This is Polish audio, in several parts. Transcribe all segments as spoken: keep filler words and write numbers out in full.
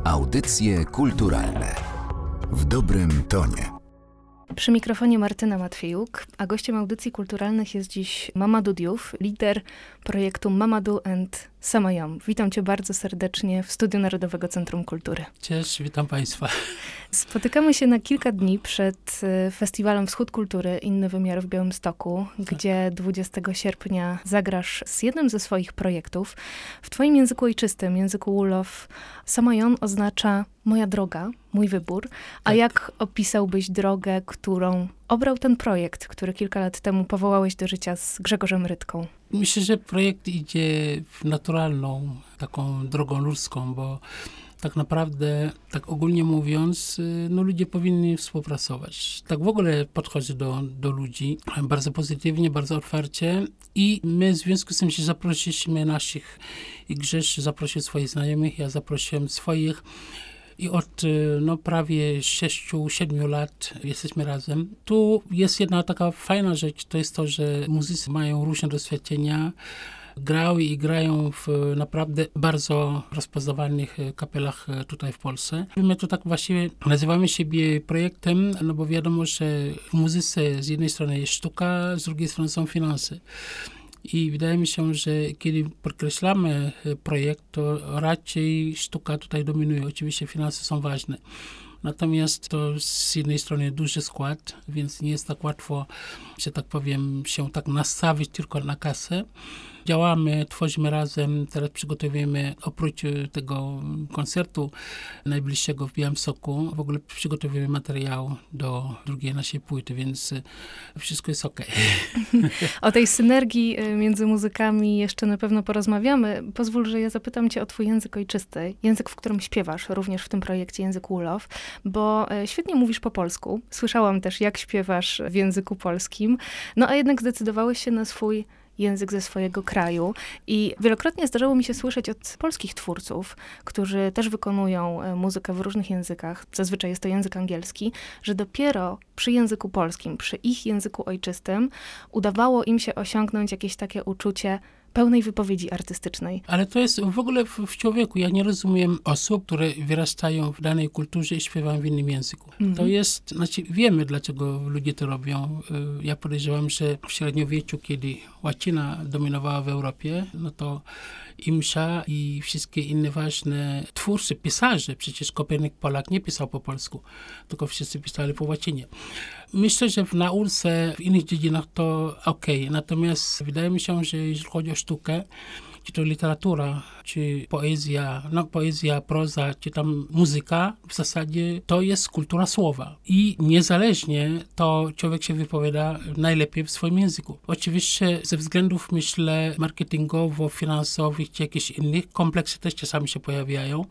Audycje kulturalne w dobrym tonie. Przy mikrofonie Martyna Matwiejuk, a gościem audycji kulturalnych jest dziś Mamadou Diouf, lider projektu Mamadou and Samayon. Witam cię bardzo serdecznie w Studiu Narodowego Centrum Kultury. Cześć, witam państwa. Spotykamy się na kilka dni przed festiwalem Wschód Kultury Inny Wymiar w Białymstoku, tak. gdzie dwudziestego sierpnia zagrasz z jednym ze swoich projektów. W twoim języku ojczystym, języku Wolof, Samayon oznacza moja droga, mój wybór. A tak. jak opisałbyś drogę, którą obrał ten projekt, który kilka lat temu powołałeś do życia z Grzegorzem Rydką? Myślę, że projekt idzie w naturalną, taką drogą ludzką, bo tak naprawdę, tak ogólnie mówiąc, no ludzie powinni współpracować. Tak w ogóle podchodzę do, do ludzi bardzo pozytywnie, bardzo otwarcie i my w związku z tym, że zaprosiliśmy naszych, i Grześ zaprosił swoich znajomych, ja zaprosiłem swoich i od no, prawie sześciu, siedmiu lat jesteśmy razem. Tu jest jedna taka fajna rzecz, to jest to, że muzycy mają różne doświadczenia, grały i grają w naprawdę bardzo rozpoznawalnych kapelach tutaj w Polsce. My to tak właściwie nazywamy siebie projektem, no bo wiadomo, że w muzyce z jednej strony jest sztuka, z drugiej strony są finanse. I wydaje mi się, że kiedy podkreślamy projekt, to raczej sztuka tutaj dominuje. Oczywiście finanse są ważne. Natomiast to z jednej strony duży skład, więc nie jest tak łatwo, że tak powiem, się tak nastawić tylko na kasę. Działamy, tworzymy razem, teraz przygotowujemy, oprócz tego koncertu najbliższego w Białymstoku, w ogóle przygotowujemy materiał do drugiej naszej płyty, więc wszystko jest okej. O tej synergii między muzykami jeszcze na pewno porozmawiamy. Pozwól, że ja zapytam cię o twój język ojczysty, język, w którym śpiewasz, również w tym projekcie język Wolof, bo świetnie mówisz po polsku. Słyszałam też, jak śpiewasz w języku polskim, no a jednak zdecydowałeś się na swój język ze swojego kraju. I wielokrotnie zdarzało mi się słyszeć od polskich twórców, którzy też wykonują muzykę w różnych językach, zazwyczaj jest to język angielski, że dopiero przy języku polskim, przy ich języku ojczystym udawało im się osiągnąć jakieś takie uczucie pełnej wypowiedzi artystycznej. Ale to jest w ogóle w, w człowieku. Ja nie rozumiem osób, które wyrastają w danej kulturze i śpiewają w innym języku. Mm-hmm. To jest, znaczy wiemy, dlaczego ludzie to robią. Ja podejrzewam, że w średniowieczu, kiedy łacina dominowała w Europie, no to Imsza i wszystkie inne ważne twórcy, pisarze, przecież Kopernik Polak nie pisał po polsku, tylko wszyscy pisali po łacinie. Myślę, że w nauce, w innych dziedzinach to okej, okay. Natomiast wydaje mi się, że jeżeli chodzi o sztukę, czy to literatura, czy poezja, no poezja, proza, czy tam muzyka, w zasadzie to jest kultura słowa. I niezależnie to człowiek się wypowiada najlepiej w swoim języku. Oczywiście ze względów, myślę, marketingowo-finansowych, czy jakichś innych, kompleksy też czasami się pojawiają.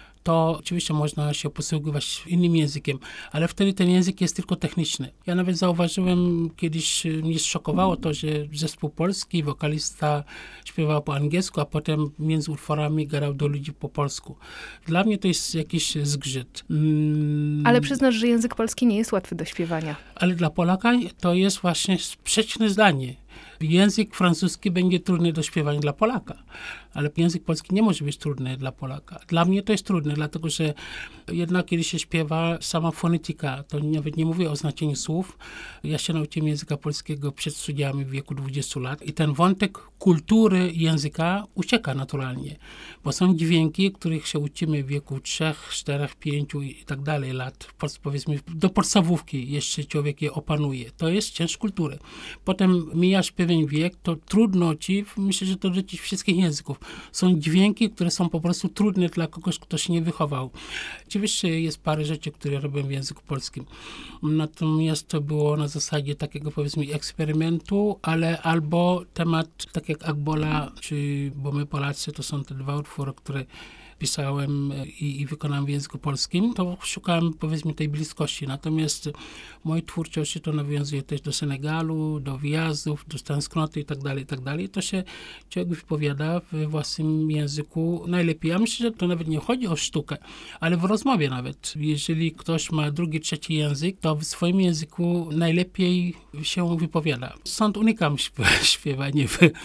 To oczywiście można się posługiwać innym językiem, ale wtedy ten język jest tylko techniczny. Ja nawet zauważyłem, kiedyś mnie szokowało to, że zespół polski, wokalista śpiewał po angielsku, a potem między utworami grał do ludzi po polsku. Dla mnie to jest jakiś zgrzyt. Mm. Ale przyznasz, że język polski nie jest łatwy do śpiewania. Ale dla Polaka to jest właśnie sprzeczne zdanie. Język francuski będzie trudny do śpiewania dla Polaka, ale język polski nie może być trudny dla Polaka. Dla mnie to jest trudne, dlatego że jednak kiedy się śpiewa, sama fonetyka, to nawet nie mówię o znaczeniu słów. Ja się nauczyłem języka polskiego przed studiami w wieku dwudziestu lat i ten wątek kultury języka ucieka naturalnie, bo są dźwięki, których się uczymy w wieku trzech, czterech, pięciu i tak dalej lat. Powiedzmy, do podstawówki jeszcze człowiek je opanuje. To jest część kultury. Potem mijasz pewien wiek, to trudno ci, myślę, że to dotyczy wszystkich języków. Są dźwięki, które są po prostu trudne dla kogoś, kto się nie wychował. Oczywiście jest parę rzeczy, które robię w języku polskim. Natomiast to było na zasadzie takiego, powiedzmy, eksperymentu, ale albo temat, tak jak Akbola, czy Bo my Polacy, to są te dwa utwory, które pisałem i, i wykonałem w języku polskim, to szukałem, powiedzmy, tej bliskości. Natomiast moje twórczości to nawiązuje też do Senegalu, do wyjazdów, do tęsknoty i tak dalej, i tak dalej. To się człowiek wypowiada w własnym języku najlepiej. Ja myślę, że to nawet nie chodzi o sztukę, ale w rozmowie nawet. Jeżeli ktoś ma drugi, trzeci język, to w swoim języku najlepiej się wypowiada. Stąd unikam śpiewania w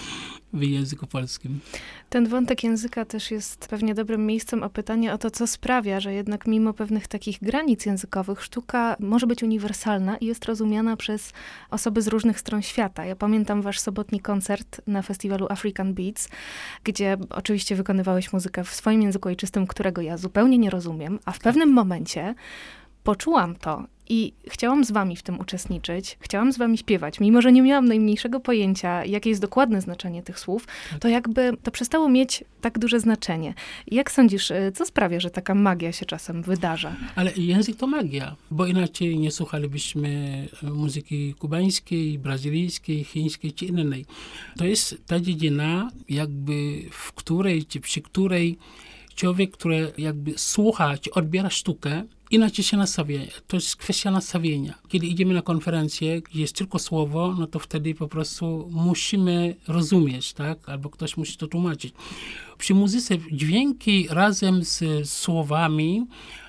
w języku polskim. Ten wątek języka też jest pewnie dobrym miejscem o pytanie o to, co sprawia, że jednak mimo pewnych takich granic językowych sztuka może być uniwersalna i jest rozumiana przez osoby z różnych stron świata. Ja pamiętam wasz sobotni koncert na festiwalu African Beats, gdzie oczywiście wykonywałeś muzykę w swoim języku ojczystym, którego ja zupełnie nie rozumiem, a w pewnym momencie poczułam to i chciałam z wami w tym uczestniczyć, chciałam z wami śpiewać, mimo że nie miałam najmniejszego pojęcia, jakie jest dokładne znaczenie tych słów, to jakby to przestało mieć tak duże znaczenie. Jak sądzisz, co sprawia, że taka magia się czasem wydarza? Ale język to magia, bo inaczej nie słuchalibyśmy muzyki kubańskiej, brazylijskiej, chińskiej czy innej. To jest ta dziedzina, jakby w której, czy przy której człowiek, który jakby słucha, czy odbiera sztukę, inaczej się nastawia. To jest kwestia nastawienia. Kiedy idziemy na konferencję, gdzie jest tylko słowo, no to wtedy po prostu musimy rozumieć, tak? Albo ktoś musi to tłumaczyć. Przy muzyce dźwięki razem z słowami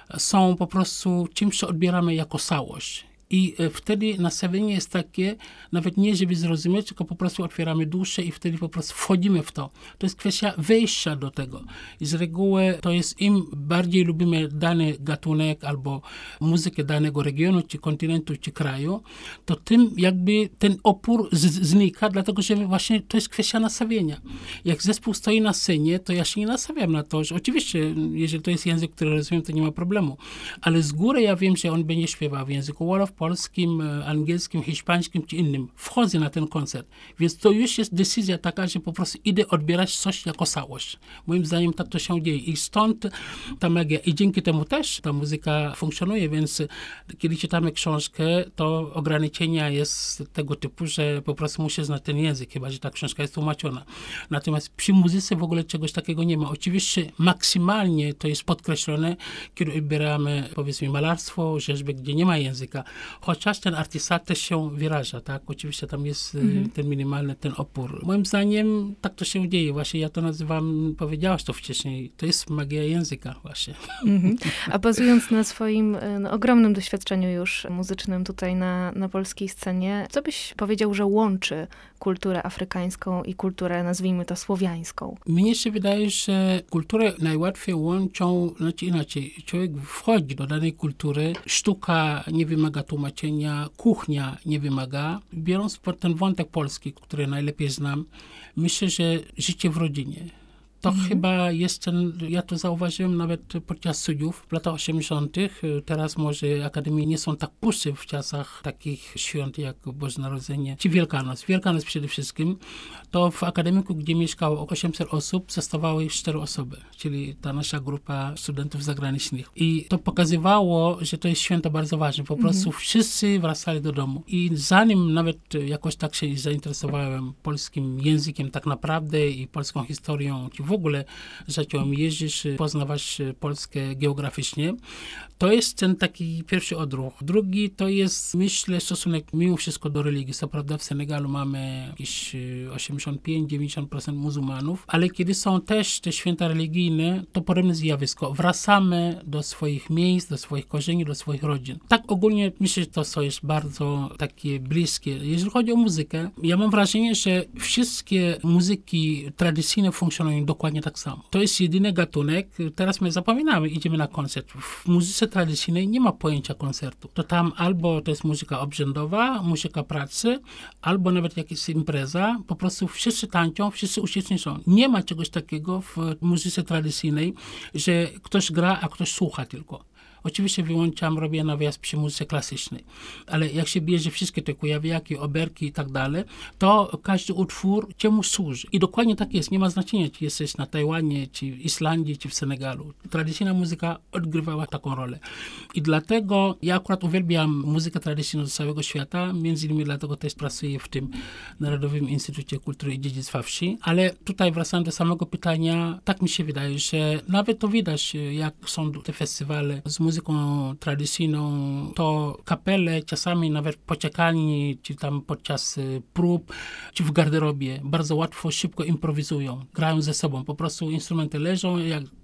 są po prostu czymś, co odbieramy jako całość. I wtedy nastawienie jest takie, nawet nie żeby zrozumieć, tylko po prostu otwieramy duszę i wtedy po prostu wchodzimy w to. To jest kwestia wejścia do tego. I z reguły to jest im bardziej lubimy dany gatunek albo muzykę danego regionu, czy kontynentu, czy kraju, to tym jakby ten opór z- znika, dlatego że właśnie to jest kwestia nastawienia. Jak zespół stoi na scenie, to ja się nie nastawiam na to, że oczywiście, jeżeli to jest język, który rozumiem, to nie ma problemu. Ale z góry ja wiem, że on będzie śpiewał w języku wolof, polskim, angielskim, hiszpańskim czy innym. Wchodzę na ten koncert. Więc to już jest decyzja taka, że po prostu idę odbierać coś jako całość. Moim zdaniem tak to się dzieje. I stąd ta magia. I dzięki temu też ta muzyka funkcjonuje, więc kiedy czytamy książkę, to ograniczenia jest tego typu, że po prostu muszę znać ten język, chyba że ta książka jest tłumaczona. Natomiast przy muzyce w ogóle czegoś takiego nie ma. Oczywiście maksymalnie to jest podkreślone, kiedy odbieramy, powiedzmy, malarstwo, rzeźbę, gdzie nie ma języka. Chociaż ten artysta też się wyraża, tak? Oczywiście tam jest mhm. ten minimalny, ten opór. Moim zdaniem tak to się dzieje. Właśnie ja to nazywam, powiedziałaś to wcześniej, to jest magia języka właśnie. Mhm. A bazując na swoim no, ogromnym doświadczeniu już muzycznym tutaj na, na polskiej scenie, co byś powiedział, że łączy kulturę afrykańską i kulturę, nazwijmy to, słowiańską? Mnie się wydaje, że kulturę najłatwiej łączą, znaczy inaczej, człowiek wchodzi do danej kultury, sztuka nie wymaga tłumaczenia, kuchnia nie wymaga. Biorąc pod ten wątek polski, który najlepiej znam, myślę, że życie w rodzinie. To mhm. chyba jest ten, ja to zauważyłem nawet podczas studiów w latach osiemdziesiątych. Teraz może akademie nie są tak puste w czasach takich świąt jak Boże Narodzenie czy Wielkanoc. Wielkanoc przede wszystkim. To w akademiku, gdzie mieszkało osiemset osób, zostawały już cztery osoby, czyli ta nasza grupa studentów zagranicznych. I to pokazywało, że to jest święto bardzo ważne. Po prostu mhm. wszyscy wracali do domu. I zanim nawet jakoś tak się zainteresowałem polskim językiem tak naprawdę i polską historią, w ogóle zacząłem jeździć, poznawać Polskę geograficznie. To jest ten taki pierwszy odruch. Drugi to jest, myślę, stosunek mimo wszystko do religii. Co prawda w Senegalu mamy jakieś osiemdziesiąt pięć do dziewięćdziesięciu procent muzułmanów, ale kiedy są też te święta religijne, to podobne zjawisko. Wracamy do swoich miejsc, do swoich korzeni, do swoich rodzin. Tak ogólnie myślę, że to co jest bardzo takie bliskie. Jeżeli chodzi o muzykę, ja mam wrażenie, że wszystkie muzyki tradycyjne funkcjonują dokładnie tak samo. To jest jedyny gatunek. Teraz my zapominamy, idziemy na koncert. W muzyce tradycyjnej nie ma pojęcia koncertu. To tam albo to jest muzyka obrzędowa, muzyka pracy, albo nawet jakaś impreza. Po prostu wszyscy tańczą, wszyscy uczestniczą. Nie ma czegoś takiego w muzyce tradycyjnej, że ktoś gra, a ktoś słucha tylko. Oczywiście wyłączam, robię nawias przy muzyce klasycznej, ale jak się bierze wszystkie te kujawiaki, oberki i tak dalej, to każdy utwór czemu służy. I dokładnie tak jest. Nie ma znaczenia, czy jesteś na Tajwanie, czy w Islandii, czy w Senegalu. Tradycyjna muzyka odgrywała taką rolę. I dlatego ja akurat uwielbiam muzykę tradycyjną z całego świata, między innymi dlatego też pracuję w tym Narodowym Instytucie Kultury i Dziedzictwa Wsi. Ale tutaj wracając do samego pytania, tak mi się wydaje, że nawet to widać, jak są te festiwale z muzyką tradycyjną, to kapele czasami nawet w poczekalni, czy tam podczas prób, czy w garderobie bardzo łatwo, szybko improwizują, grają ze sobą. Po prostu instrumenty leżą, jak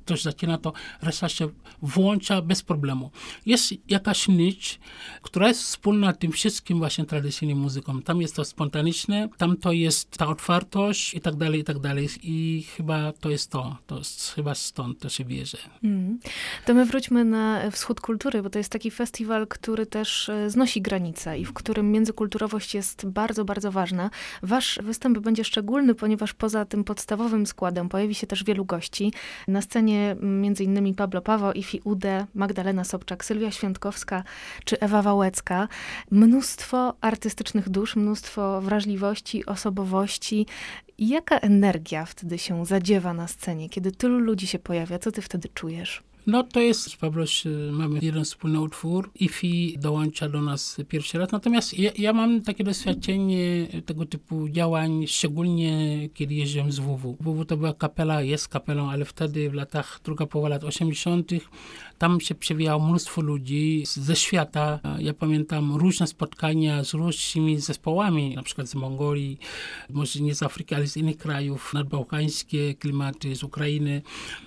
ktoś zaczyna, to reszta się włącza bez problemu. Jest jakaś nić, która jest wspólna tym wszystkim właśnie tradycyjnym muzykom. Tam jest to spontaniczne, tam to jest ta otwartość i tak dalej, i tak dalej. I chyba to jest to. To jest, chyba stąd to się bierze. Mm. To my wróćmy na Wschód Kultury, bo to jest taki festiwal, który też znosi granice i w którym międzykulturowość jest bardzo, bardzo ważna. Wasz występ będzie szczególny, ponieważ poza tym podstawowym składem pojawi się też wielu gości. Na scenie między innymi Pablo Paweł, Ifi Ude, Magdalena Sobczak, Sylwia Świętkowska czy Ewa Wałęcka. Mnóstwo artystycznych dusz, mnóstwo wrażliwości, osobowości. Jaka energia wtedy się zadziewa na scenie, kiedy tylu ludzi się pojawia? Co ty wtedy czujesz? No to jest, z Pabloś mamy jeden wspólny utwór. Ifi dołącza do nas pierwszy raz. Natomiast ja, ja mam takie doświadczenie tego typu działań, szczególnie kiedy jeździłem z W W. W W to była kapela, jest kapelą, ale wtedy w latach, druga połowa lat osiemdziesiątych tam się przewijało mnóstwo ludzi ze świata. Ja pamiętam różne spotkania z różnymi zespołami, na przykład z Mongolii, może nie z Afryki, ale z innych krajów, nadbałkańskie klimaty, z Ukrainy.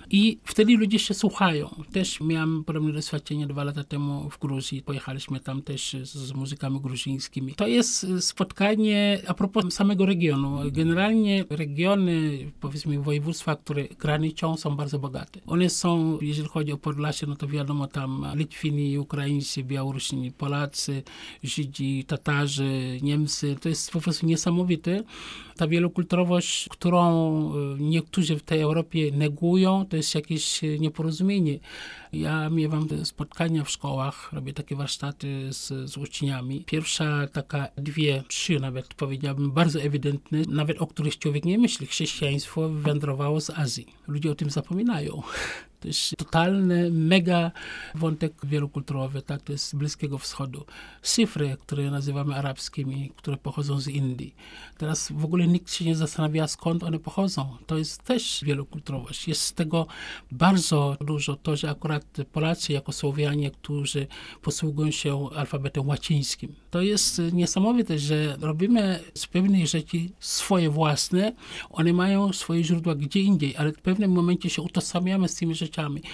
I wtedy ludzie się słuchają. Też miałem podobne doświadczenie dwa lata temu w Gruzji. Pojechaliśmy tam też z, z muzykami gruzińskimi. To jest spotkanie a propos samego regionu. Generalnie regiony, powiedzmy województwa, które graniczą, są bardzo bogate. One są, jeżeli chodzi o Podlasie, no to wiadomo tam Litwini, Ukraińcy, Białorusini, Polacy, Żydzi, Tatarzy, Niemcy. To jest po prostu niesamowite. Ta wielokulturowość, którą niektórzy w tej Europie negują, to jest jakieś nieporozumienie. Ja miewam spotkania w szkołach, robię takie warsztaty z, z uczniami. Pierwsza taka, dwie, trzy nawet powiedziałbym, bardzo ewidentne, nawet o których człowiek nie myśli. Chrześcijaństwo wędrowało z Azji. Ludzie o tym zapominają. To jest totalny, mega wątek wielokulturowy, tak, to jest z Bliskiego Wschodu. Szyfry, które nazywamy arabskimi, które pochodzą z Indii. Teraz w ogóle nikt się nie zastanawia, skąd one pochodzą. To jest też wielokulturowość. Jest z tego bardzo dużo to, że akurat Polacy jako Słowianie, którzy posługują się alfabetem łacińskim. To jest niesamowite, że robimy z pewnych rzeczy swoje własne, one mają swoje źródła gdzie indziej, ale w pewnym momencie się utożsamiamy z tymi rzeczami.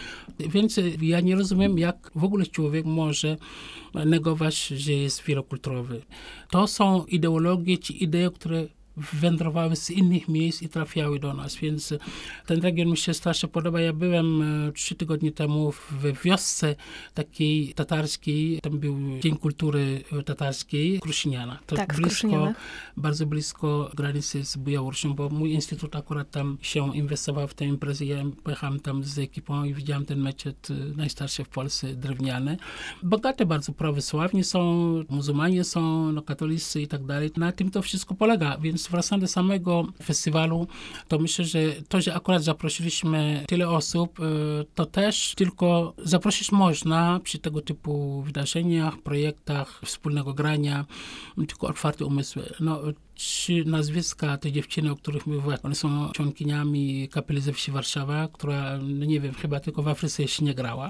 Więc ja nie rozumiem, jak w ogóle człowiek może negować, że jest wielokulturowy. To są ideologie czy idee, które wędrowały z innych miejsc i trafiały do nas, więc ten region mi się strasznie podoba. Ja byłem trzy tygodnie temu w wiosce takiej tatarskiej, tam był Dzień Kultury Tatarskiej, Kruszyniana. To tak, blisko, bardzo blisko granicy z Białorusią, bo mój instytut akurat tam się inwestował w tę imprezę. Ja pojechałem tam z ekipą i widziałem ten meczet najstarszy w Polsce, drewniany. Bogate bardzo, prawosławni są, muzułmanie są, no, katolicy i tak dalej. Na tym to wszystko polega, więc wracając do samego festiwalu, to myślę, że to, że akurat zaprosiliśmy tyle osób, to też tylko zaprosić można przy tego typu wydarzeniach, projektach, wspólnego grania, tylko otwarte umysły. No, trzy nazwiska tej dziewczyny, o których mówię, one są członkiniami Kapeli ze Wsi Warszawa, która, nie wiem, chyba tylko w Afryce jeszcze nie grała.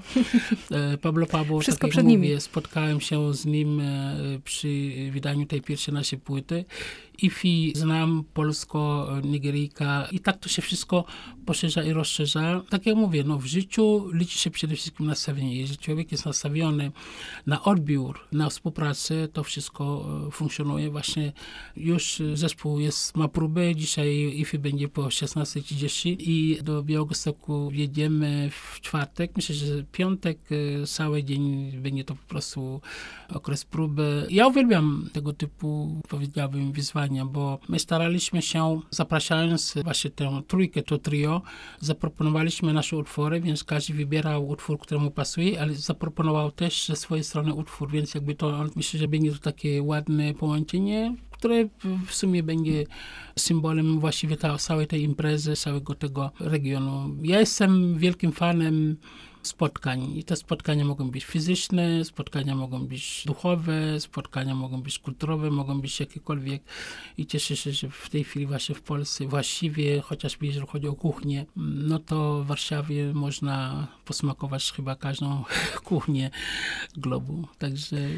Pablo Paweł, wszystko tak przed jak nimi. mówię, spotkałem się z nim przy wydaniu tej pierwszej naszej płyty. Ifi znam, polsko-nigeryjka i tak to się wszystko poszerza i rozszerza. Tak jak mówię, no w życiu liczy się przede wszystkim nastawienie. Jeżeli człowiek jest nastawiony na odbiór, na współpracę, to wszystko funkcjonuje. Właśnie już zespół jest, ma próbę. Dzisiaj Ifi będzie po szesnastej trzydzieści i do Białegostoku jedziemy w czwartek. Myślę, że piątek, cały dzień będzie to po prostu okres próby. Ja uwielbiam tego typu, powiedziałbym, wyzwania, bo my staraliśmy się, zapraszając właśnie tę trójkę, to trio, zaproponowaliśmy nasze utwory, więc każdy wybierał utwór, któremu pasuje, ale zaproponował też ze swojej strony utwór, więc jakby to, myślę, że będzie to takie ładne połączenie, które w sumie będzie symbolem właściwie ta, całej tej imprezy, całego tego regionu. Ja jestem wielkim fanem spotkań i te spotkania mogą być fizyczne, spotkania mogą być duchowe, spotkania mogą być kulturowe, mogą być jakiekolwiek i cieszę się, że w tej chwili właśnie w Polsce właściwie, chociażby jeżeli chodzi o kuchnię, no to w Warszawie można posmakować chyba każdą kuchnię globu, także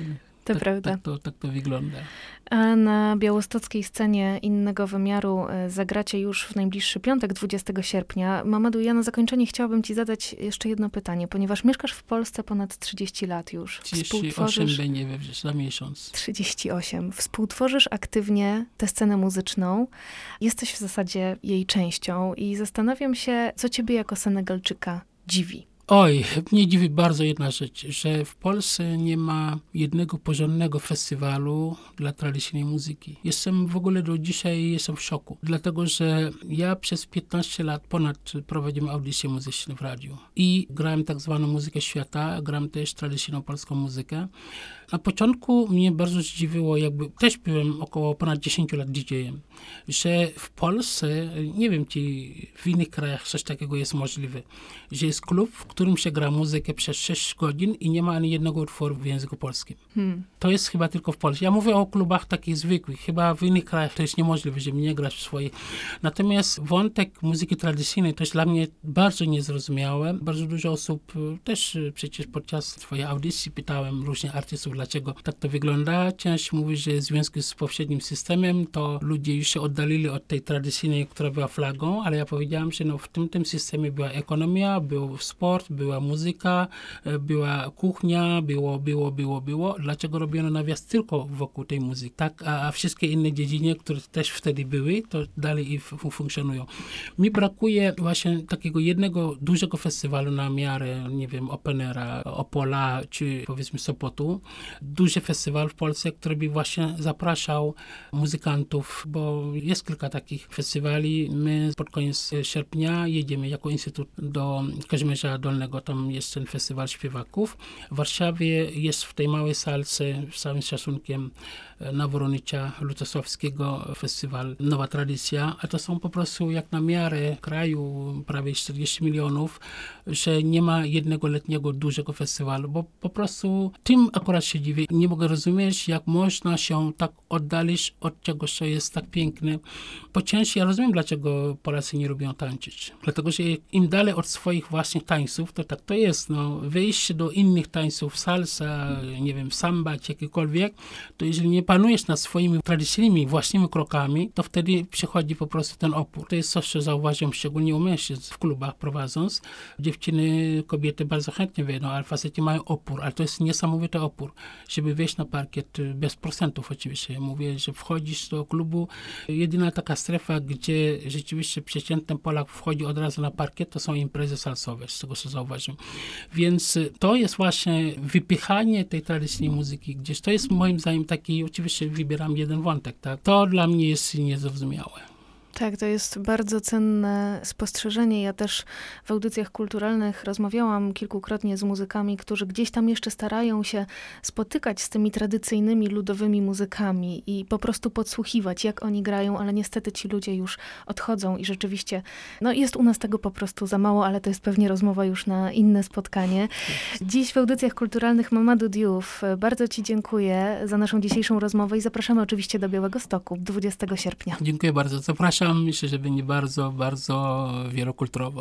To tak, prawda. Tak to, tak to wygląda. A na białostockiej scenie innego wymiaru zagracie już w najbliższy piątek, dwudziestego sierpnia. Mamadou, ja na zakończenie chciałabym ci zadać jeszcze jedno pytanie, ponieważ mieszkasz w Polsce ponad trzydzieści lat już. trzydzieści osiem będzie we wrześniu, za miesiąc. trzydzieści osiem. Współtworzysz aktywnie tę scenę muzyczną. Jesteś w zasadzie jej częścią i zastanawiam się, co ciebie jako Senegalczyka dziwi. Oj, mnie dziwi bardzo jedna rzecz, że w Polsce nie ma jednego porządnego festiwalu dla tradycyjnej muzyki. Jestem w ogóle do dzisiaj jestem w szoku, dlatego że ja przez piętnaście lat ponad prowadziłem audycje muzyczne w radiu i grałem tak zwaną muzykę świata, gram też tradycyjną polską muzykę. Na początku mnie bardzo zdziwiło, jakby też byłem około ponad dziesięć lat D J-em, że w Polsce, nie wiem, czy w innych krajach coś takiego jest możliwe, że jest klub, w którym się gra muzykę przez sześć godzin i nie ma ani jednego utworu w języku polskim. Hmm. To jest chyba tylko w Polsce. Ja mówię o klubach takich zwykłych. Chyba w innych krajach to jest niemożliwe, żeby nie grać w swoich. Natomiast wątek muzyki tradycyjnej to jest dla mnie bardzo niezrozumiałe. Bardzo dużo osób też przecież podczas swojej audycji pytałem różnych artystów, dlaczego tak to wygląda. Część mówi, że w związku z poprzednim systemem to ludzie już się oddalili od tej tradycyjnej, która była flagą, ale ja powiedziałem, że no w tym, tym systemie była ekonomia, był sport, była muzyka, była kuchnia, było, było, było, było. Dlaczego robiono nawias tylko wokół tej muzyki? Tak, a, a wszystkie inne dziedziny, które też wtedy były, to dalej i f- funkcjonują. Mi brakuje właśnie takiego jednego dużego festiwalu na miarę, nie wiem, Openera, Opola, czy powiedzmy Sopotu. Duży festiwal w Polsce, który by właśnie zapraszał muzykantów, bo jest kilka takich festiwali. My pod koniec sierpnia jedziemy jako Instytut do Kazimierza Dolnego, tam jest ten festiwal śpiewaków. W Warszawie jest w tej małej salce, z całym szacunkiem, na Woronicza Lutosławskiego festiwal Nowa Tradycja, a to są po prostu jak na miarę kraju prawie czterdzieści milionów, że nie ma jednego letniego dużego festiwalu, bo po prostu tym akurat się dziwię. Nie mogę rozumieć, jak można się tak oddalić od czegoś, co jest tak piękne. Po części ja rozumiem, dlaczego Polacy nie lubią tańczyć. Dlatego, że im dalej od swoich własnych tańców, to tak to jest. No, wejście do innych tańców, salsa, nie wiem, samba, czy jakiekolwiek, to jeżeli nie panujesz nad swoimi tradycyjnymi, własnymi krokami, to wtedy przychodzi po prostu ten opór. To jest coś, co zauważyłem szczególnie u mężczyzn w klubach prowadząc. Dziewczyny, kobiety bardzo chętnie wejdą, ale faceci mają opór, ale to jest niesamowity opór, żeby wejść na parkiet bez procentów oczywiście. Ja mówię, że wchodzisz do klubu, jedyna taka strefa, gdzie rzeczywiście przeciętny Polak wchodzi od razu na parkiet, to są imprezy salsowe, z tego co zauważyłem. Więc to jest właśnie wypychanie tej tradycyjnej muzyki gdzieś. To jest moim zdaniem taki, oczywiście wybieram jeden wątek, tak? To dla mnie jest niezrozumiałe. Tak, to jest bardzo cenne spostrzeżenie. Ja też w audycjach kulturalnych rozmawiałam kilkukrotnie z muzykami, którzy gdzieś tam jeszcze starają się spotykać z tymi tradycyjnymi, ludowymi muzykami i po prostu podsłuchiwać, jak oni grają, ale niestety ci ludzie już odchodzą i rzeczywiście, no jest u nas tego po prostu za mało, ale to jest pewnie rozmowa już na inne spotkanie. Dziś w audycjach kulturalnych Mamadou Diouf. Bardzo ci dziękuję za naszą dzisiejszą rozmowę i zapraszamy oczywiście do Białegostoku dwudziestego sierpnia. Dziękuję bardzo. Zapraszam. Myślę, że będzie bardzo, bardzo wielokulturowo.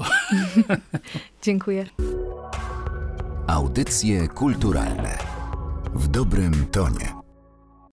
Dziękuję. Audycje kulturalne w dobrym tonie.